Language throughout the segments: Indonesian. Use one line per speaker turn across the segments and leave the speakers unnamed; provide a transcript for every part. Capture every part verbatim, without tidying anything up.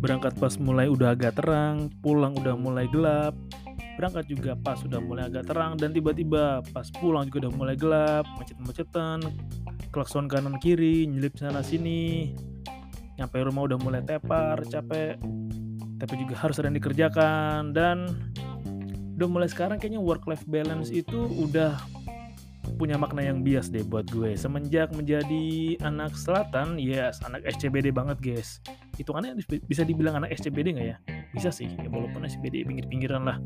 berangkat pas mulai udah agak terang, pulang udah mulai gelap, berangkat juga pas udah mulai agak terang, dan tiba-tiba pas pulang juga udah mulai gelap, macet-macetan, klakson kanan kiri, nyelip sana sini, nyampe rumah udah mulai tepar, capek, tapi juga harus ada yang dikerjakan. Dan udah mulai sekarang kayaknya work life balance itu udah punya makna yang bias deh buat gue. Semenjak menjadi anak selatan, yes, anak S C B D banget guys. Hitungannya bisa dibilang anak S C B D nggak ya? Bisa sih, ya walaupun S C B D pinggir-pinggiran lah.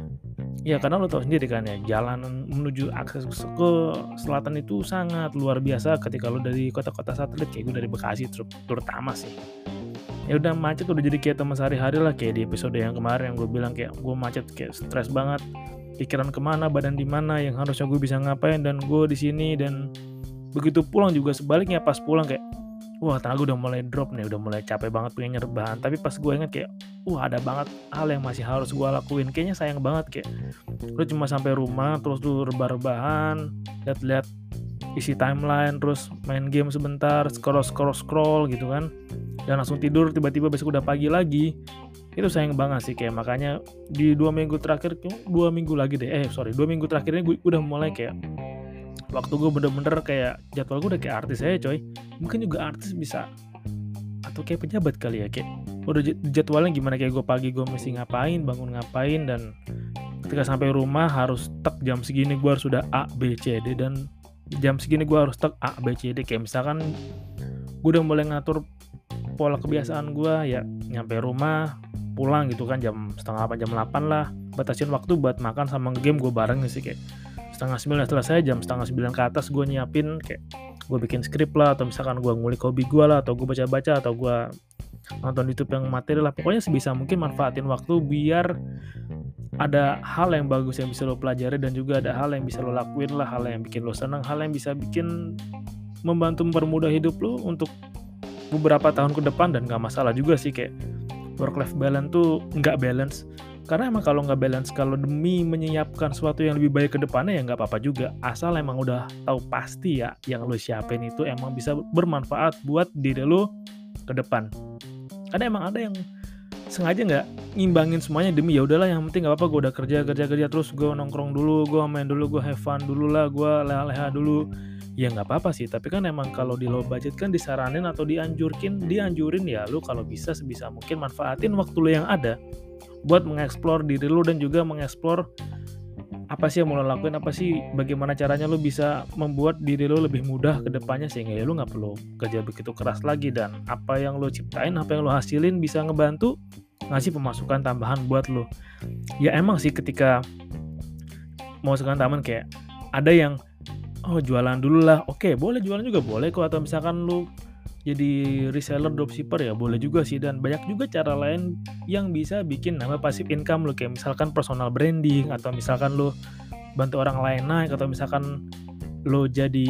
Ya karena lo tau sendiri kan ya, jalan menuju akses ke selatan itu sangat luar biasa ketika lo dari kota-kota satelit kayak gue dari Bekasi terutama sih. Ya udah macet udah jadi kayak teman sehari-hari lah, kayak di episode yang kemarin yang gue bilang kayak gue macet kayak stres banget, pikiran kemana, badan di mana, yang harusnya gue bisa ngapain dan gue di sini. Dan begitu pulang juga sebaliknya, pas pulang kayak wah tenaga udah mulai drop nih, udah mulai capek banget pengen nyerbahan. Tapi pas gue inget kayak wah ada banget hal yang masih harus gue lakuin, kayaknya sayang banget kayak lu cuma sampai rumah terus lu rebah-rebahan, lihat-lihat isi timeline, terus main game sebentar, scroll scroll scroll gitu kan, dan langsung tidur, tiba-tiba besok udah pagi lagi. Itu sayang banget sih, kayak makanya di dua minggu terakhir, dua minggu lagi deh, eh sorry dua minggu terakhir ini gue udah mulai kayak waktu gue bener-bener kayak jadwal gue udah kayak artis aja coy. Mungkin juga artis bisa, atau kayak pejabat kali ya, kayak udah jadwalnya gimana, kayak gue pagi gue mesti ngapain, bangun ngapain, dan ketika sampai rumah harus tek jam segini gue harus sudah A, B, C, D, dan jam segini gue harus tek A, B, C, D. Kayak misalkan gue udah mulai ngatur pola kebiasaan gue ya, nyampe rumah pulang gitu kan jam setengah apa jam delapan lah, batasin waktu buat makan sama game gue bareng sih, kayak setengah sembilan selesai, jam setengah sembilan ke atas gue nyiapin kayak gue bikin skrip lah, atau misalkan gue ngulik hobi gue lah, atau gue baca-baca, atau gue nonton YouTube yang materi lah. Pokoknya sebisa mungkin manfaatin waktu biar ada hal yang bagus yang bisa lo pelajari, dan juga ada hal yang bisa lo lakuin lah, hal yang bikin lo senang, hal yang bisa bikin membantu mempermudah hidup lo untuk beberapa tahun ke depan. Dan gak masalah juga sih kayak work life balance tuh nggak balance, karena emang kalau nggak balance, kalau demi menyiapkan sesuatu yang lebih baik ke depannya ya nggak apa-apa juga, asal emang udah tahu pasti ya yang lo siapin itu emang bisa bermanfaat buat diri lo ke depan. Karena emang ada yang sengaja nggak ngimbangin semuanya demi ya udahlah yang penting nggak apa-apa, gue udah kerja kerja kerja terus gue nongkrong dulu, gue main dulu, gue have fun dulu lah, gue leha-leha dulu. Ya nggak apa-apa sih, tapi kan emang kalau di low budget kan disaranin atau dianjurkin dianjurin ya lu kalau bisa sebisa mungkin manfaatin waktu lu yang ada buat mengeksplor diri lu, dan juga mengeksplor apa sih yang mau lo lakuin, apa sih bagaimana caranya lu bisa membuat diri lu lebih mudah ke depannya, sehingga ya lu nggak perlu kerja begitu keras lagi, dan apa yang lu ciptain, apa yang lu hasilin bisa ngebantu ngasih pemasukan tambahan buat lu. Ya emang sih ketika pemasukan tambahan kayak ada yang oh jualan dulu lah, oke boleh, jualan juga boleh kok, atau misalkan lu jadi reseller, dropshipper ya boleh juga sih. Dan banyak juga cara lain yang bisa bikin nama passive income lu, kayak misalkan personal branding, atau misalkan lu bantu orang lain naik, atau misalkan lu jadi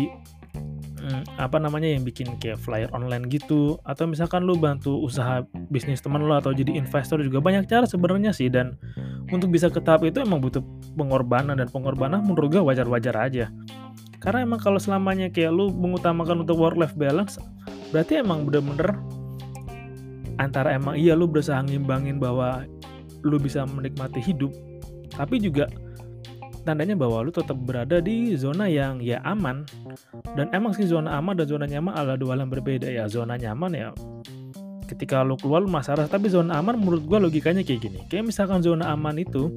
hmm, apa namanya yang bikin kayak flyer online gitu, atau misalkan lu bantu usaha bisnis teman lu, atau jadi investor juga. Banyak cara sebenarnya sih, dan untuk bisa ke tahap itu emang butuh pengorbanan, dan pengorbanan menurut gue wajar-wajar aja. Karena emang kalau selamanya kayak lu mengutamakan untuk work life balance, berarti emang bener-bener antara emang iya lu berusaha ngimbangin bahwa lu bisa menikmati hidup, tapi juga tandanya bahwa lu tetap berada di zona yang ya aman. Dan emang sih zona aman dan zona nyaman adalah dua hal yang berbeda ya. Zona nyaman ya ketika lu keluar lu masalah, tapi zona aman menurut gua logikanya kayak gini. Kayak misalkan zona aman itu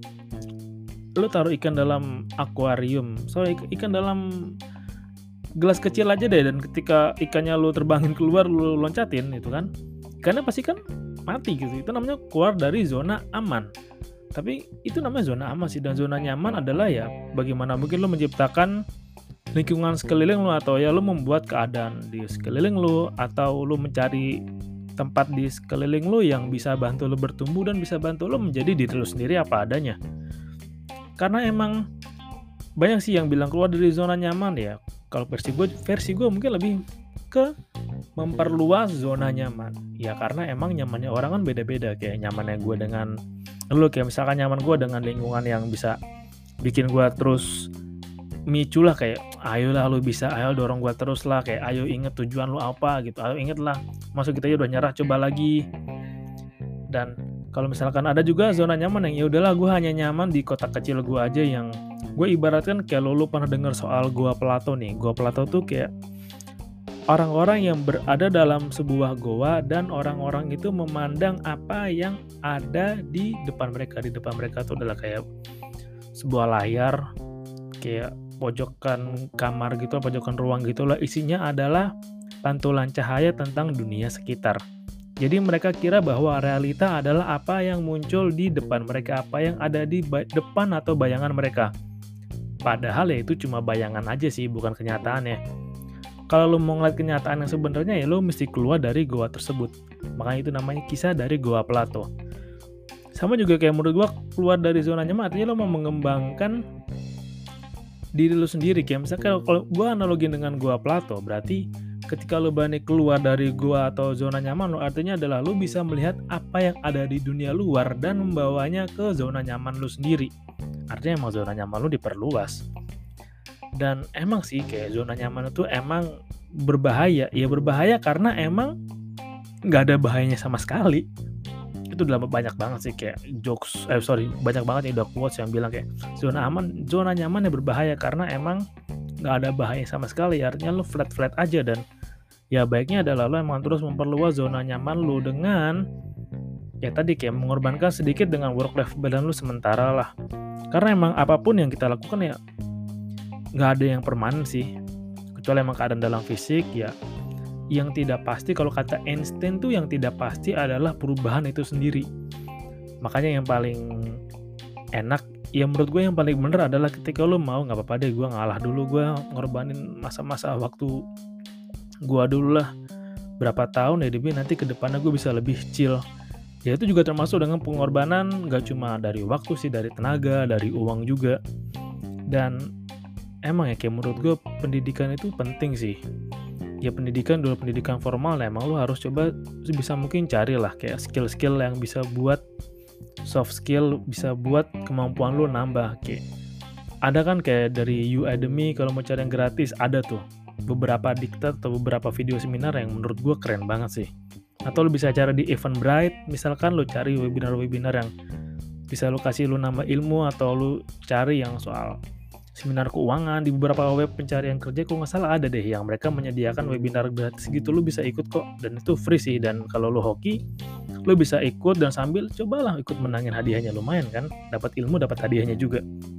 lu taruh ikan dalam akuarium, so ik- ikan dalam gelas kecil aja deh, dan ketika ikannya lu terbangin keluar, lu loncatin itu kan, ikannya pasti kan mati gitu. Itu namanya keluar dari zona aman. Tapi itu namanya zona aman sih. Dan zona nyaman adalah ya bagaimana mungkin lu menciptakan lingkungan sekeliling lu, atau ya lu membuat keadaan di sekeliling lu, atau lu mencari tempat di sekeliling lu yang bisa bantu lu bertumbuh dan bisa bantu lu menjadi diri lu sendiri apa adanya. Karena emang banyak sih yang bilang keluar dari zona nyaman ya. Kalau versi gue, versi gue mungkin lebih ke memperluas zona nyaman. Ya karena emang nyamannya orang kan beda-beda. Kayak nyamannya gue dengan lu, kayak misalkan nyaman gue dengan lingkungan yang bisa bikin gue terus micu lah, kayak ayolah lu bisa, ayo dorong gue terus lah, kayak ayo inget tujuan lu apa gitu, ayo inget lah, masuk kita aja udah nyerah, coba lagi. Dan kalau misalkan ada juga zona nyaman yang ya udahlah gue hanya nyaman di kota kecil gue aja, yang gue ibaratkan kayak lo, lo pernah dengar soal Gua Plato nih. Gua Plato tuh kayak orang-orang yang berada dalam sebuah goa dan orang-orang itu memandang apa yang ada di depan mereka. Di depan mereka tuh adalah kayak sebuah layar, kayak pojokan kamar gitu, pojokan ruang gitu lah. Isinya adalah pantulan cahaya tentang dunia sekitar. Jadi mereka kira bahwa realita adalah apa yang muncul di depan mereka, apa yang ada di ba- depan atau bayangan mereka. Padahal ya itu cuma bayangan aja sih, bukan kenyataan ya. Kalau lo mau ngeliat kenyataan yang sebenarnya ya lo mesti keluar dari goa tersebut. Makanya itu namanya kisah dari Gua Plato. Sama juga kayak menurut gua, keluar dari zona nyaman artinya lo mau mengembangkan diri lo sendiri. Kayak misalnya kalau gua analogin dengan Gua Plato, berarti ketika lo berani keluar dari gua atau zona nyaman lo, artinya adalah lo bisa melihat apa yang ada di dunia luar dan membawanya ke zona nyaman lo sendiri. Artinya emang zona nyaman lo diperluas. Dan emang sih kayak zona nyaman itu emang berbahaya. Ya berbahaya karena emang nggak ada bahayanya sama sekali. Itu udah banyak banget sih kayak jokes, eh sorry banyak banget ya udah quotes yang bilang kayak zona aman, zona nyaman ya berbahaya karena emang nggak ada bahaya sama sekali. Artinya lo flat-flat aja, dan ya baiknya adalah lo emang terus memperluas zona nyaman lo dengan ya tadi kayak mengorbankan sedikit dengan work life balance lo sementara lah. Karena emang apapun yang kita lakukan ya nggak ada yang permanen sih, kecuali emang keadaan dalam fisik ya. Yang tidak pasti, kalau kata Einstein tuh yang tidak pasti adalah perubahan itu sendiri. Makanya yang paling enak, ya menurut gue yang paling bener adalah ketika lo mau nggak apa-apa deh gue ngalah dulu, gue ngorbanin masa-masa waktu gue dulu lah berapa tahun ya, demi nanti ke depannya gue bisa lebih chill. Ya itu juga termasuk dengan pengorbanan gak cuma dari waktu sih, dari tenaga, dari uang juga. Dan emang ya kayak menurut gue pendidikan itu penting sih. Ya pendidikan dulu, pendidikan formal, nah emang lo harus coba sebisa mungkin carilah kayak skill-skill yang bisa buat soft skill, bisa buat kemampuan lo nambah. Kayak ada kan kayak dari Udemy, kalau mau cari yang gratis ada tuh beberapa diktat atau beberapa video seminar yang menurut gue keren banget sih. Atau lo bisa cari di Eventbrite, misalkan lo cari webinar-webinar yang bisa lo kasih lo nambah ilmu, atau lo cari yang soal seminar keuangan di beberapa web pencarian kerja, kok nggak salah ada deh yang mereka menyediakan webinar gratis gitu. Lo bisa ikut kok, dan itu free sih. Dan kalau lo hoki, lo bisa ikut dan sambil cobalah ikut menangin hadiahnya, lumayan kan, dapat ilmu, dapat hadiahnya juga.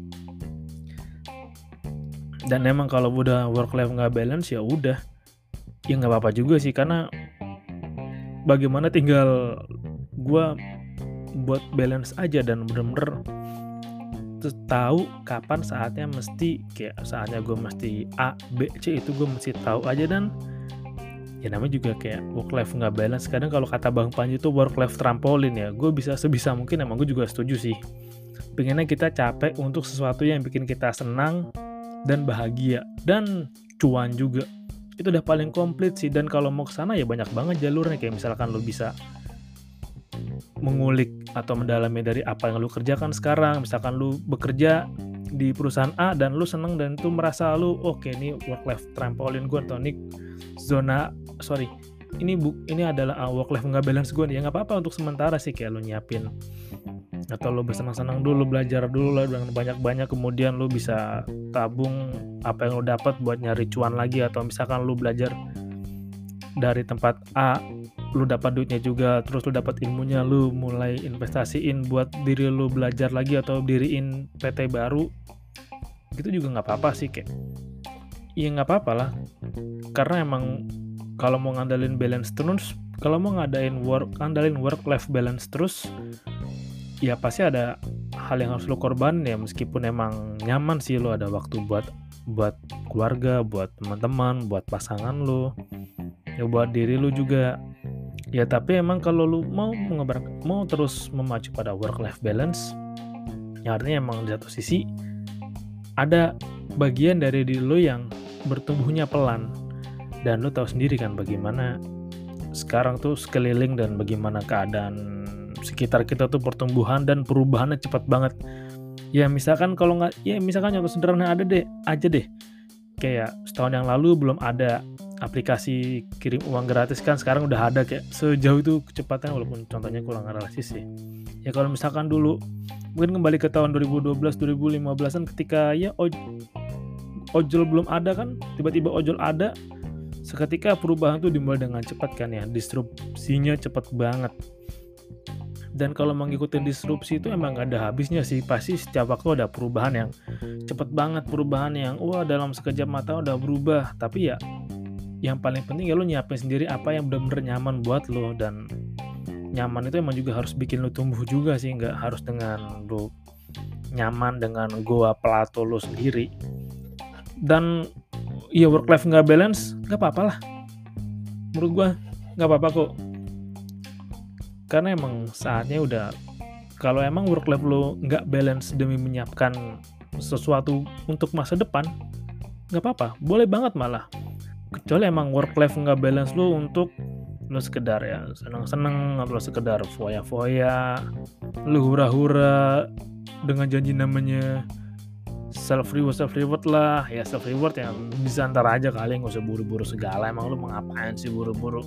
Dan emang kalau udah work life nggak balance ya udah, ya nggak apa-apa juga sih, karena bagaimana tinggal gue buat balance aja dan bener-bener tahu kapan saatnya mesti, kayak saatnya gue mesti A, B, C, itu gue mesti tahu aja. Dan ya namanya juga kayak work life nggak balance. Kadang kalau kata Bang Panji itu work life trampolin ya, gue bisa sebisa mungkin, emang gue juga setuju sih, pengennya kita capek untuk sesuatu yang bikin kita senang dan bahagia dan cuan juga. Itu udah paling komplit sih. Dan kalau mau kesana ya banyak banget jalurnya, kayak misalkan lo bisa mengulik atau mendalami dari apa yang lu kerjakan sekarang. Misalkan lu bekerja di perusahaan A dan lu seneng dan itu merasa lu oke, okay, ini work life trampolin gue, atau ini zona sorry ini bu ini adalah work life nggak balance gue nih, ya nggak apa-apa untuk sementara sih, kayak lu nyiapin atau lu bersenang-senang dulu, belajar dulu lah dengan banyak-banyak, kemudian lu bisa tabung apa yang lu dapat buat nyari cuan lagi. Atau misalkan lu belajar dari tempat A, lu dapat duitnya juga, terus lu dapat ilmunya, lu mulai investasiin buat diri lu belajar lagi atau diriin P T baru, gitu juga nggak apa-apa sih. Kayak ya nggak apa-apa lah, karena emang kalau mau ngandalin balance terus, kalau mau ngadain work ngandalin work life balance terus, ya pasti ada hal yang harus lu korbanin ya. Meskipun emang nyaman sih lu ada waktu buat buat keluarga, buat teman-teman, buat pasangan lu, ya buat diri lu juga. Ya tapi emang kalau lu mau mengebar, mau terus memacu pada work life balance, ya artinya emang di satu sisi ada bagian dari diri lu yang bertumbuhnya pelan. Dan lu tahu sendiri kan bagaimana sekarang tuh sekeliling dan bagaimana keadaan sekitar kita tuh pertumbuhan dan perubahannya cepat banget. Ya misalkan kalau nggak, ya misalkan contoh sederhana ada deh aja deh, kayak setahun yang lalu belum ada aplikasi kirim uang gratis kan sekarang udah ada kayak sejauh itu kecepatannya, walaupun contohnya kurang realistis sih. Ya kalau misalkan dulu mungkin kembali ke tahun dua ribu dua belas dua ribu lima belasan ketika ya oj ojol belum ada kan, tiba-tiba ojol ada, seketika perubahan tuh dimulai dengan cepat kan ya, disrupsinya cepat banget. Dan kalau mengikuti disrupsi itu emang gak ada habisnya sih, pasti setiap waktu ada perubahan yang cepet banget, perubahan yang wah dalam sekejap mata udah berubah. Tapi ya yang paling penting ya lo nyiapin sendiri apa yang benar-benar nyaman buat lo, dan nyaman itu emang juga harus bikin lo tumbuh juga sih, nggak harus dengan lo nyaman dengan goa Plato lo sendiri. Dan ya work life nggak balance nggak apa-apa lah, menurut gua nggak apa-apa kok, karena emang saatnya udah, kalau emang work life lo nggak balance demi menyiapkan sesuatu untuk masa depan, nggak apa-apa, boleh banget malah. Kecuali emang work life nggak balance lo untuk lo sekedar ya senang-senang atau sekedar foya-foya, lo hura-hura dengan janji namanya self reward self reward lah ya, self reward yang bisa ntar aja kali, nggak usah buru-buru segala. Emang lo mau ngapain sih buru-buru?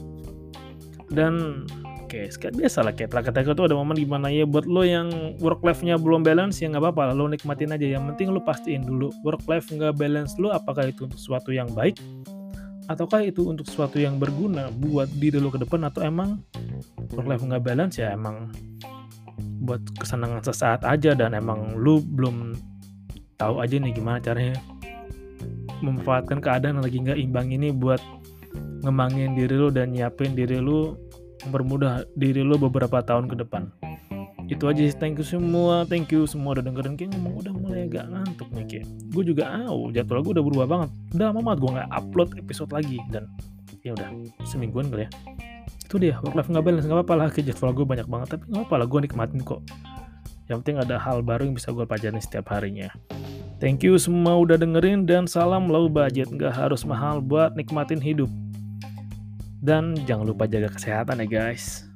Dan oke, okay, biasa lah kayak terakhir-terakhir tuh ada momen gimana ya buat lo yang work life-nya belum balance ya nggak apa-apa, lo nikmatin aja. Yang penting lo pastiin dulu work life nggak balance lo, apakah itu untuk sesuatu yang baik ataukah itu untuk sesuatu yang berguna buat diri lo ke depan, atau emang work life nggak balance ya emang buat kesenangan sesaat aja, dan emang lo belum tahu aja nih gimana caranya memanfaatkan keadaan yang lagi nggak imbang ini buat ngembangin diri lo dan nyiapin diri lo, mempermudah diri lo beberapa tahun ke depan. Itu aja sih, thank you semua, thank you semua udah dengerin. Kayak ngomong udah mulai agak ngantuk nih kayak. Gue juga au, jadwal gue udah berubah banget. Udah lama banget gue nggak upload episode lagi, dan ya udah semingguan kali ya. Itu dia, work life nggak balance, nggak apa-apa lah, kayak jadwal gue banyak banget, tapi nggak apa-apa lah, gue nikmatin kok. Yang penting ada hal baru yang bisa gue pelajarin setiap harinya. Thank you semua udah dengerin, dan salam low budget, nggak harus mahal buat nikmatin hidup. Dan jangan lupa jaga kesehatan ya guys.